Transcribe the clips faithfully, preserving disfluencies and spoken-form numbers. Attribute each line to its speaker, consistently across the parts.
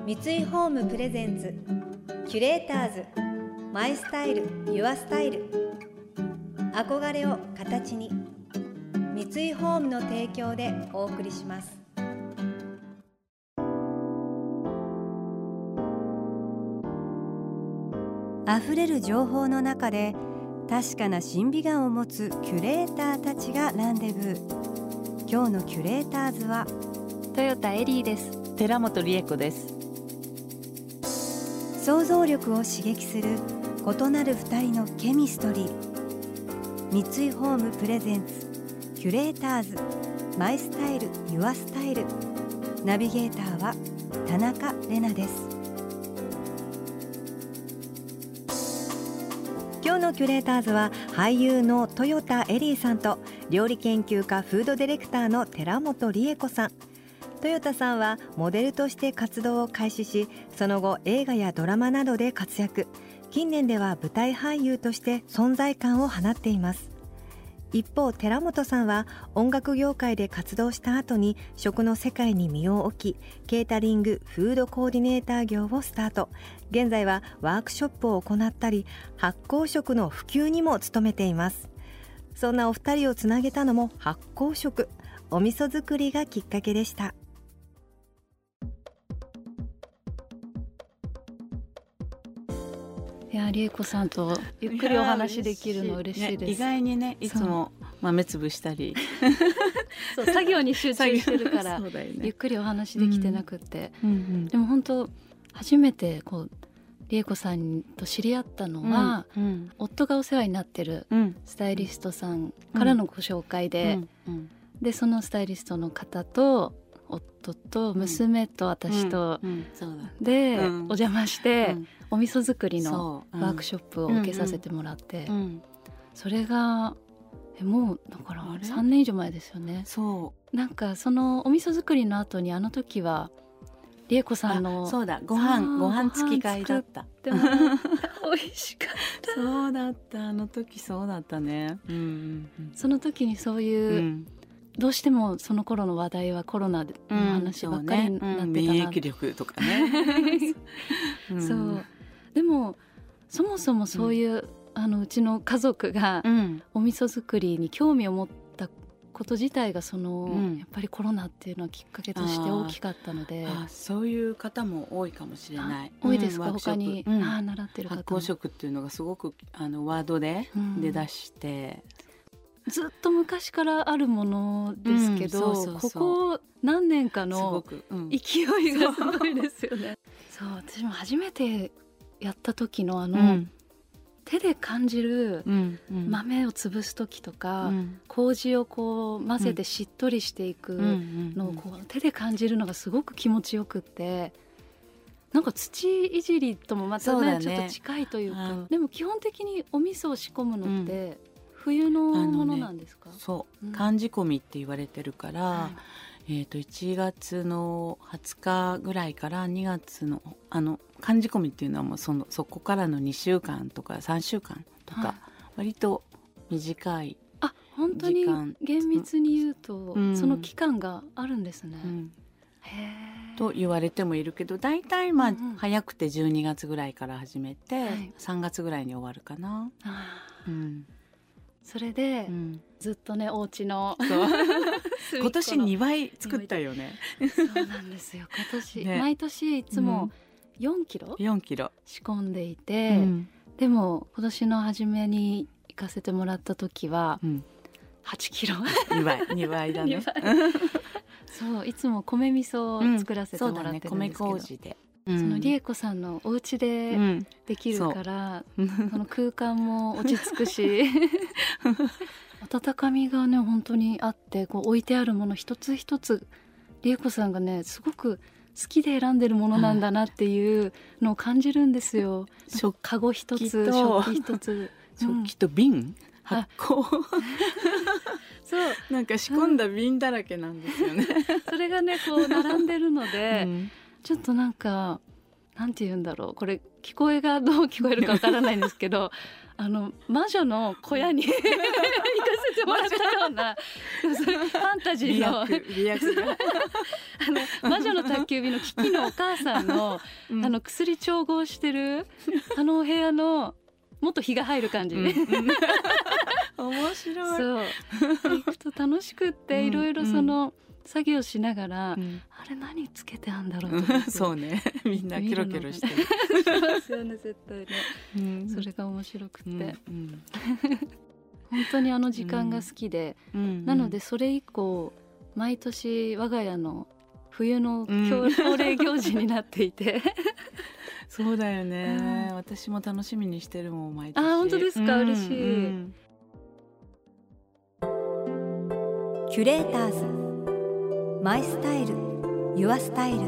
Speaker 1: 三井ホームプレゼンツキュレーターズマイスタイルユアスタイル、憧れを形に、三井ホームの提供でお送りします。あふれる情報の中で確かな審美眼を持つキュレーターたちがランデブー。今日のキュレーターズは
Speaker 2: トヨタエリーです。
Speaker 3: 寺本理恵子です。
Speaker 1: 想像力を刺激する異なる二人のケミストリー。三井ホームプレゼンツキュレーターズマイスタイルユアスタイル、ナビゲーターは田中れなです。今日のキュレーターズは俳優の豊田エリーさんと料理研究家フードディレクターの寺本理恵子さん。豊田さんはモデルとして活動を開始し、その後映画やドラマなどで活躍。近年では舞台俳優として存在感を放っています。一方、寺本さんは音楽業界で活動した後に食の世界に身を置き、ケータリング・フードコーディネーター業をスタート。現在はワークショップを行ったり、発酵食の普及にも努めています。そんなお二人をつなげたのも発酵食、お味噌作りがきっかけでした。
Speaker 2: いや、理恵子さんとゆっくりお話できるの嬉しいです。
Speaker 3: ね、意外にね、いつも豆粒したり
Speaker 2: そう作業に集中してるから
Speaker 3: そうだよね、
Speaker 2: ゆっくりお話できてなくって、
Speaker 3: うんうんうん、
Speaker 2: でも本当初めてこう理恵子さんと知り合ったのは、うんうん、夫がお世話になってるスタイリストさんからのご紹介で、うんうん、でそのスタイリストの方と夫と娘と私と、うんうんうん、で、うん、お邪魔して、うん、お味噌作りのワークショップを受けさせてもらって、うんうん、それがえもうだからさんねん以上前ですよね。
Speaker 3: そう
Speaker 2: なんかそのお味噌作りの後にあの時は理恵子さんの
Speaker 3: そうだご飯ご飯付き会だった。
Speaker 2: 美味しかった
Speaker 3: そうだった、あの時そうだったね、うんうんうん、
Speaker 2: その時にそういう、うん、どうしてもその頃の話題はコロナの話ばっかりになってたな、うんねうん、
Speaker 3: 免疫力とかね
Speaker 2: うん、そうでもそもそもそういう、うん、あのうちの家族がお味噌作りに興味を持ったこと自体がその、うん、やっぱりコロナっていうのはきっかけとして大きかったので、
Speaker 3: ああそういう方も多いかもしれない。
Speaker 2: 多いですか、うん、他に、
Speaker 3: うん、
Speaker 2: あ習ってる方も。
Speaker 3: 発酵食っていうのがすごくあのワードで出だして、
Speaker 2: うん、ずっと昔からあるものですけど、うん、そうそうそう、ここ何年かの勢いがすごいですよね。そう、私も初めてやった時のあの、うん、手で感じる豆を潰す時とか、うん、麹をこう混ぜてしっとりしていくのをこう手で感じるのがすごく気持ちよくって、なんか土いじりともまた ね, ねちょっと近いというか、うん、でも基本的にお味噌を仕込むのって、うん、冬のものなんですか？
Speaker 3: ね、そう、うん、寒仕込みって言われてるから、はい、えー、といちがつのはつかぐらいからにがつのあの寒仕込みっていうのはもう そ, のそこからのにしゅうかんとかさんしゅうかんとか、はい、割と短い時間。
Speaker 2: あ、本当に厳密に言うと、うん、その期間があるんですね、うん、へー
Speaker 3: と言われてもいるけど、だいたいまあ、うんうん、早くてじゅうにがつぐらいから始めて、はい、さんがつぐらいに終わるかな。あ、
Speaker 2: うん、それで、うん、ずっとねお家の
Speaker 3: 今年にばい作ったよね。
Speaker 2: そうなんですよ、今年、ね、毎年いつもよんキロ、
Speaker 3: よんキロ
Speaker 2: 仕込んでいて、うん、でも今年の初めに行かせてもらった時は、うん、はちキロ
Speaker 3: にばいにばいだね
Speaker 2: そう、いつも米味噌を作らせてもらってるんですけど、うん、そうだね、米麹で、うん、その理恵子さんのお家でできるから、うん、そ, その空間も落ち着くし温かみがね本当にあって、こう置いてあるもの一つ一つ理恵子さんがねすごく好きで選んでるものなんだなっていうのを感じるんですよ。カゴ一つ、食器一つ、
Speaker 3: 食器と瓶、発酵そうなんか仕込んだ瓶だらけなんですよね、
Speaker 2: うん、それがねこう並んでるので、うん、ちょっとなんかなんて言うんだろう、これ聞こえがどう聞こえるかわからないんですけどあの魔女の小屋に行かせてもらったようなファンタジーの
Speaker 3: リアクが
Speaker 2: あの魔女の宅急便のキキのお母さんの、うん、あの薬調合してるあのお部屋のもっと日が入る感じ、うんうん、
Speaker 3: 面白い。
Speaker 2: そう行くと楽しくっていろいろその、うん作業しながら、うん、あれ何つけてあんだろうと思って
Speaker 3: そうねみんなキロキロしてる
Speaker 2: そうですよね絶対ね、うん、それが面白くて、うんうん、本当にあの時間が好きで、うん、なのでそれ以降毎年我が家の冬の恒例行事になっていて
Speaker 3: そうだよね、うん、私も楽しみにしてるもん毎年。
Speaker 2: あ本当ですか、うん、嬉しい、うん、
Speaker 1: キュレーターズマイスタイルユアスタイル。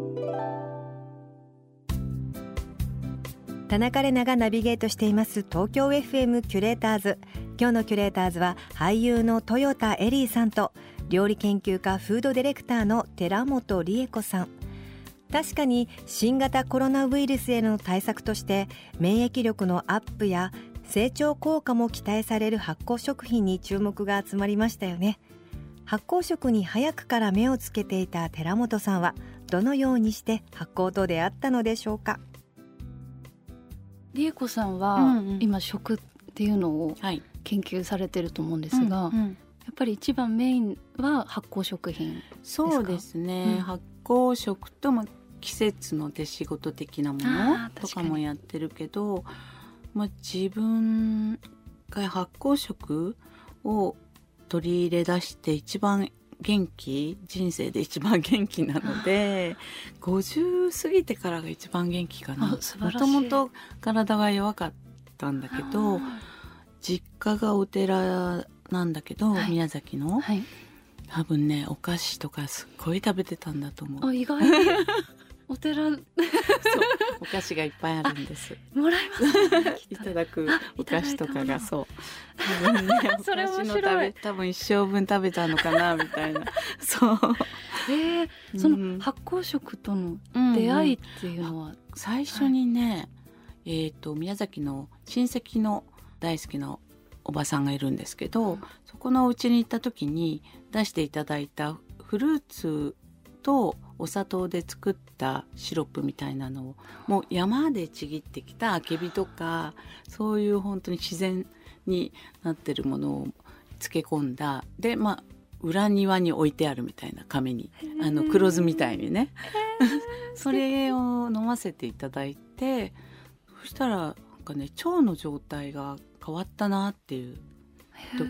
Speaker 1: 田中れながナビゲートしています東京 エフエム キュレーターズ。今日のキュレーターズは俳優の豊田エリーさんと料理研究家フードディレクターの寺本理恵子さん。確かに新型コロナウイルスへの対策として免疫力のアップや成長効果も期待される発酵食品に注目が集まりましたよね。発酵食に早くから目をつけていた寺本さんはどのようにして発酵と出会ったのでしょうか。
Speaker 2: 理恵子さんは、うんうん、今食っていうのを研究されてると思うんですが、はいうんうん、やっぱり一番メインは発酵食品ですか。
Speaker 3: そうですね、うん、発酵食とも季節の手仕事的なものとかもやってるけど、まあ、自分が発酵食を取り入れ出して一番元気人生で一番元気なのでごじゅう過ぎてからが一番元気かな。もともと体が弱かったんだけど実家がお寺なんだけど、はい、宮崎の、はい、多分ねお菓子とかすっごい食べてたんだと思う。
Speaker 2: あ意外にお寺そう
Speaker 3: お菓子がいっぱいあるんです。
Speaker 2: もらいます
Speaker 3: いただくお菓子とかがそう多分、ね、
Speaker 2: それ面白い。
Speaker 3: 多分一生分食べたのかなみたいなそう、
Speaker 2: えー、その発酵食との出会いっていうのは、うんうん、
Speaker 3: 最初にね、はい、えーと、宮崎の親戚の大好きなおばさんがいるんですけど、うん、そこのお家に行った時に出していただいたフルーツとお砂糖で作ったシロップみたいなのをもう山でちぎってきたあけびとかそういう本当に自然になってるものを漬け込んだで、まあ、裏庭に置いてあるみたいな紙にあの黒酢みたいにねそれを飲ませていただいてそしたらなんか、ね、腸の状態が変わったなっていうと、うん、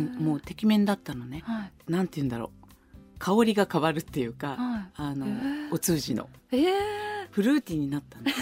Speaker 3: もうてきめんだったのね、はい、なんて言うんだろう香りが変わるっていうか、はい、あの、えー、お通じの、えー、フルーティーになったんですよ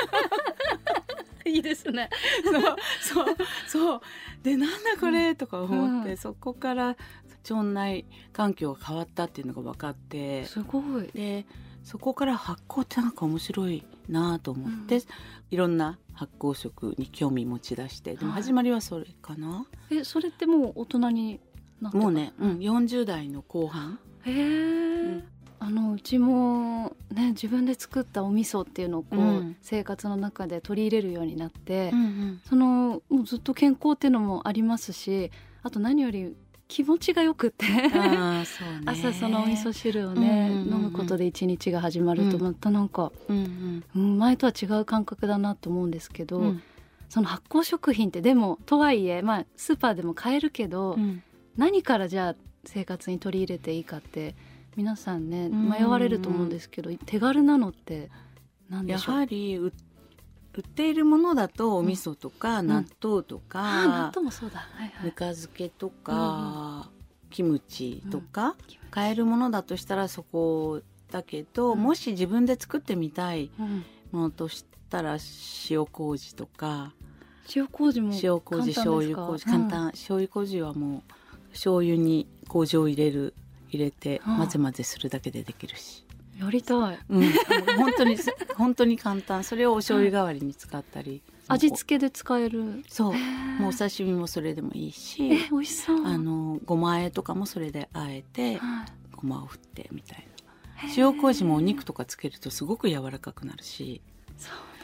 Speaker 2: いいですね
Speaker 3: そうそうそうでなんだこれ、うん、とか思って、うん、そこから腸内環境が変わったっていうのが分かって
Speaker 2: すごい
Speaker 3: でそこから発酵ってなんか面白いなと思って、うん、いろんな発酵食に興味持ち出してでも始まりはそれかな、は
Speaker 2: い、えそれってもう大人になって
Speaker 3: もうね、うん、よんじゅう代の後半
Speaker 2: へー、うん、あのうちも、ね、自分で作ったお味噌っていうのをこう、うん、生活の中で取り入れるようになって、うんうん、そのもうずっと健康っていうのもありますしあと何より気持ちがよくってあそうね、朝そのお味噌汁をね、うんうんうん、飲むことで一日が始まるとまたなんか、うんうん、前とは違う感覚だなと思うんですけど、うん、その発酵食品ってでもとはいえ、まあ、スーパーでも買えるけど、うん、何からじゃあ生活に取り入れていいかって皆さんね迷われると思うんですけど手軽なのって何でしょう。
Speaker 3: やはり売っているものだとお味噌とか納豆とか、うん、
Speaker 2: あ納豆もそうだ、はいはい、
Speaker 3: ぬか漬けとか、うんうん、キムチとか、うん、買えるものだとしたらそこだけど、うん、もし自分で作ってみたいものとしたら塩麹とか
Speaker 2: 塩麹も
Speaker 3: 塩麹醤油麹簡単、うん、醤油麹はもう醤油に麹を入れる入れて混ぜ混ぜするだけでできるし、
Speaker 2: はあ、やりたい、
Speaker 3: うん、本当に本当に簡単それをお醤油代わりに使ったり、
Speaker 2: はい、味付けで使える
Speaker 3: そうもうお刺身もそれでもいいし
Speaker 2: え美味しそう
Speaker 3: あのごま和えとかもそれで和えて、はい、ごまを振ってみたいな塩麹もお肉とかつけるとすごく柔らかくなるし
Speaker 2: そうだ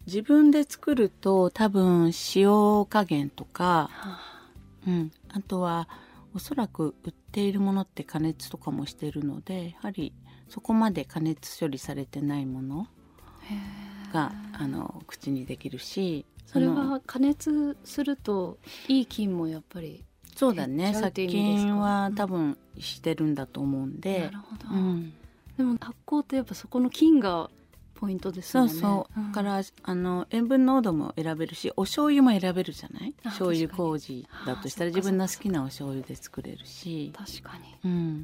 Speaker 3: 自分で作ると多分塩加減とか、はあうん、あとはおそらく売っているものって加熱とかもしているので、やはりそこまで加熱処理されてないものがあの口にできるし、
Speaker 2: それは加熱するといい菌もやっぱり
Speaker 3: そうだね、殺菌は多分してるんだと思うんで、
Speaker 2: なるほど、うん、でも発酵ってやっぱそこの菌がポイントですよね。
Speaker 3: そうそう、うん、からあの塩分濃度も選べるし、お醤油も選べるじゃない。醤油麹だとしたら自分の好きなお醤油で作れるし、
Speaker 2: 確かに、
Speaker 3: うん、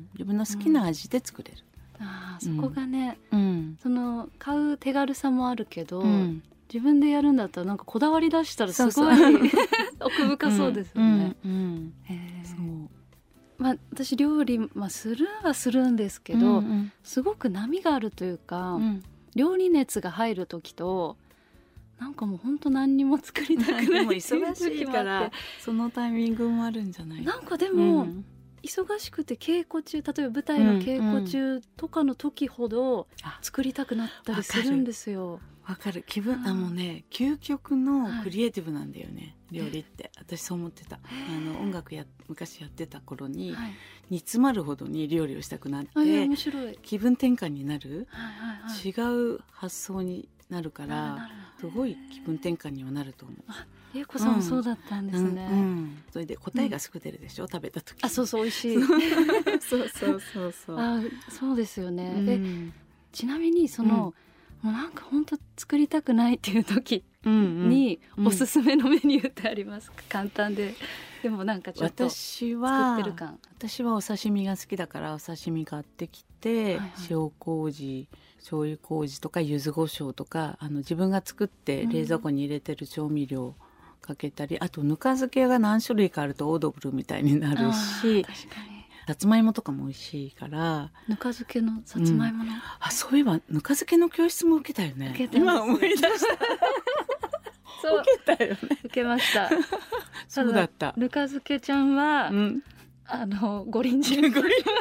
Speaker 3: 自分の好きな味で作れる、
Speaker 2: うん、あそこがね、
Speaker 3: うん、
Speaker 2: その買う手軽さもあるけど、うん、自分でやるんだったらなんかこだわり出したらすごいそうそう奥深そうですよね、うんうん、へー、そう、まあ、私料理、まあ、するはするんですけど、うんうん、すごく波があるというか、うん、料理熱が入る時となんかもう本当何にも作りたくない
Speaker 3: でも忙しいからそのタイミングもあるんじゃない。
Speaker 2: なんかでも、うん、忙しくて稽古中、例えば舞台の稽古中とかの時ほど作りたくなったりするんですよ。
Speaker 3: わかる、気分、あのね、究極のクリエイティブなんだよね、はい、料理って。私そう思ってた。あの音楽や昔やってた頃に、はい、煮詰まるほどに料理をしたくなって
Speaker 2: 面白い
Speaker 3: 気分転換になる、
Speaker 2: はいはいはい、
Speaker 3: 違う発想になるからすごい気分転換にはなると思う。
Speaker 2: あ、りえこさんもそうだったんですね、
Speaker 3: うんうん、それで答えがすぐ出るでしょ、うん、食べた時。
Speaker 2: あ、そうそう、美味しい
Speaker 3: そうそうそうそう。
Speaker 2: あ、そうですよね、
Speaker 3: うん、
Speaker 2: えちなみにその、うん、もうなんか本当作りたくないっていう時におすすめのメニューってありますか？簡単ででもなんかちょっと作ってる感。
Speaker 3: 私はお刺身が好きだからお刺身買ってきて、はいはい、塩麹、醤油麹とか柚子胡椒とか、あの自分が作って冷蔵庫に入れてる調味料かけたり、うん、あとぬか漬けが何種類かあるとオードブルみたいになるし、
Speaker 2: 確かに
Speaker 3: さつまいもとかも美味しいから。
Speaker 2: ぬか漬けのさつまいもの、うん、
Speaker 3: あ、そういえばぬか漬けの教室も受けたよね。
Speaker 2: 受けた今
Speaker 3: 思い出したそう受けたよね。
Speaker 2: 受けました
Speaker 3: そうだった。
Speaker 2: ぬか漬けちゃんは、うん、あの五輪中五輪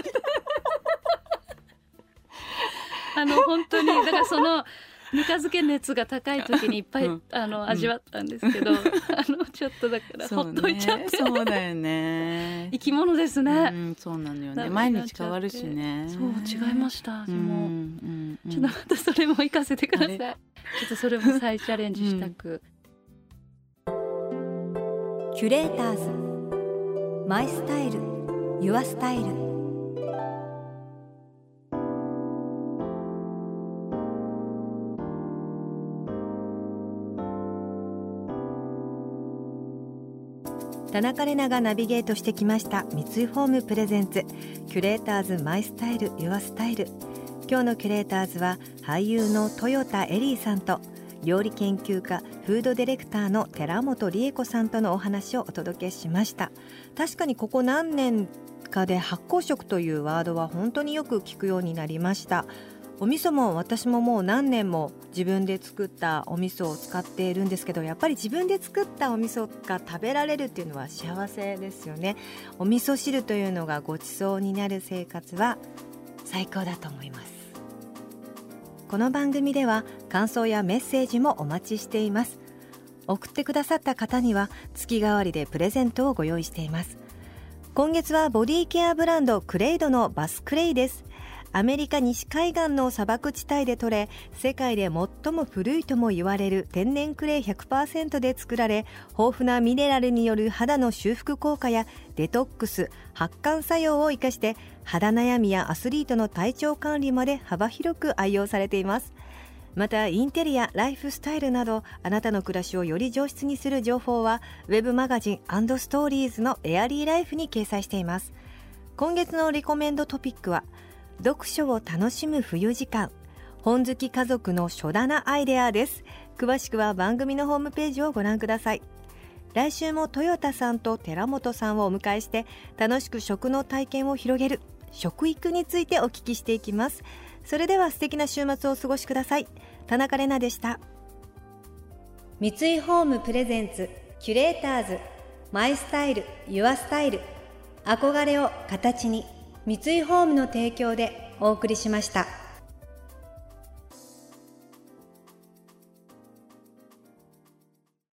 Speaker 2: あの本当にだからそのぬか漬け熱が高い時にいっぱい、うん、あの味わったんですけど、うん、あのちょっとだからほっといちゃって。
Speaker 3: そうだよね
Speaker 2: 生き物ですね、
Speaker 3: うん、そうなのよね。毎日変わるしね。
Speaker 2: そう違いました味も、うんうん、ちょっとまたそれも活かせてください。ちょっとそれも再チャレンジしたく、
Speaker 1: うん、キュレーターズマイスタイルユアスタイル。田中れながナビゲートしてきました三井ホームプレゼンツキュレーターズマイスタイルユアスタイル。今日のキュレーターズは俳優の豊田エリーさんと料理研究家フードディレクターの寺本理恵子さんとのお話をお届けしました。確かにここ何年かで発酵食というワードは本当によく聞くようになりました。お味噌も私ももう何年も自分で作ったお味噌を使っているんですけど、やっぱり自分で作ったお味噌が食べられるっていうのは幸せですよね。お味噌汁というのがごちそうになる生活は最高だと思います。この番組では感想やメッセージもお待ちしています。送ってくださった方には月替わりでプレゼントをご用意しています。今月はボディケアブランドクレイドのバスクレイです。アメリカ西海岸の砂漠地帯で採れ、世界で最も古いとも言われる天然クレイ ひゃくパーセント で作られ、豊富なミネラルによる肌の修復効果やデトックス、発汗作用を生かして肌悩みやアスリートの体調管理まで幅広く愛用されています。またインテリア、ライフスタイルなどあなたの暮らしをより上質にする情報はウェブマガジン&ストーリーズのエアリーライフに掲載しています。今月のリコメンドトピックは読書を楽しむ冬時間、本好き家族の書棚アイデアです。詳しくは番組のホームページをご覧ください。来週も豊田さんと寺本さんをお迎えして楽しく食の体験を広げる食育についてお聞きしていきます。それでは素敵な週末をお過ごしください。田中れなでした。三井ホームプレゼンツキュレーターズマイスタイルユアスタイル、憧れを形に、三井ホームの提供でお送りしました。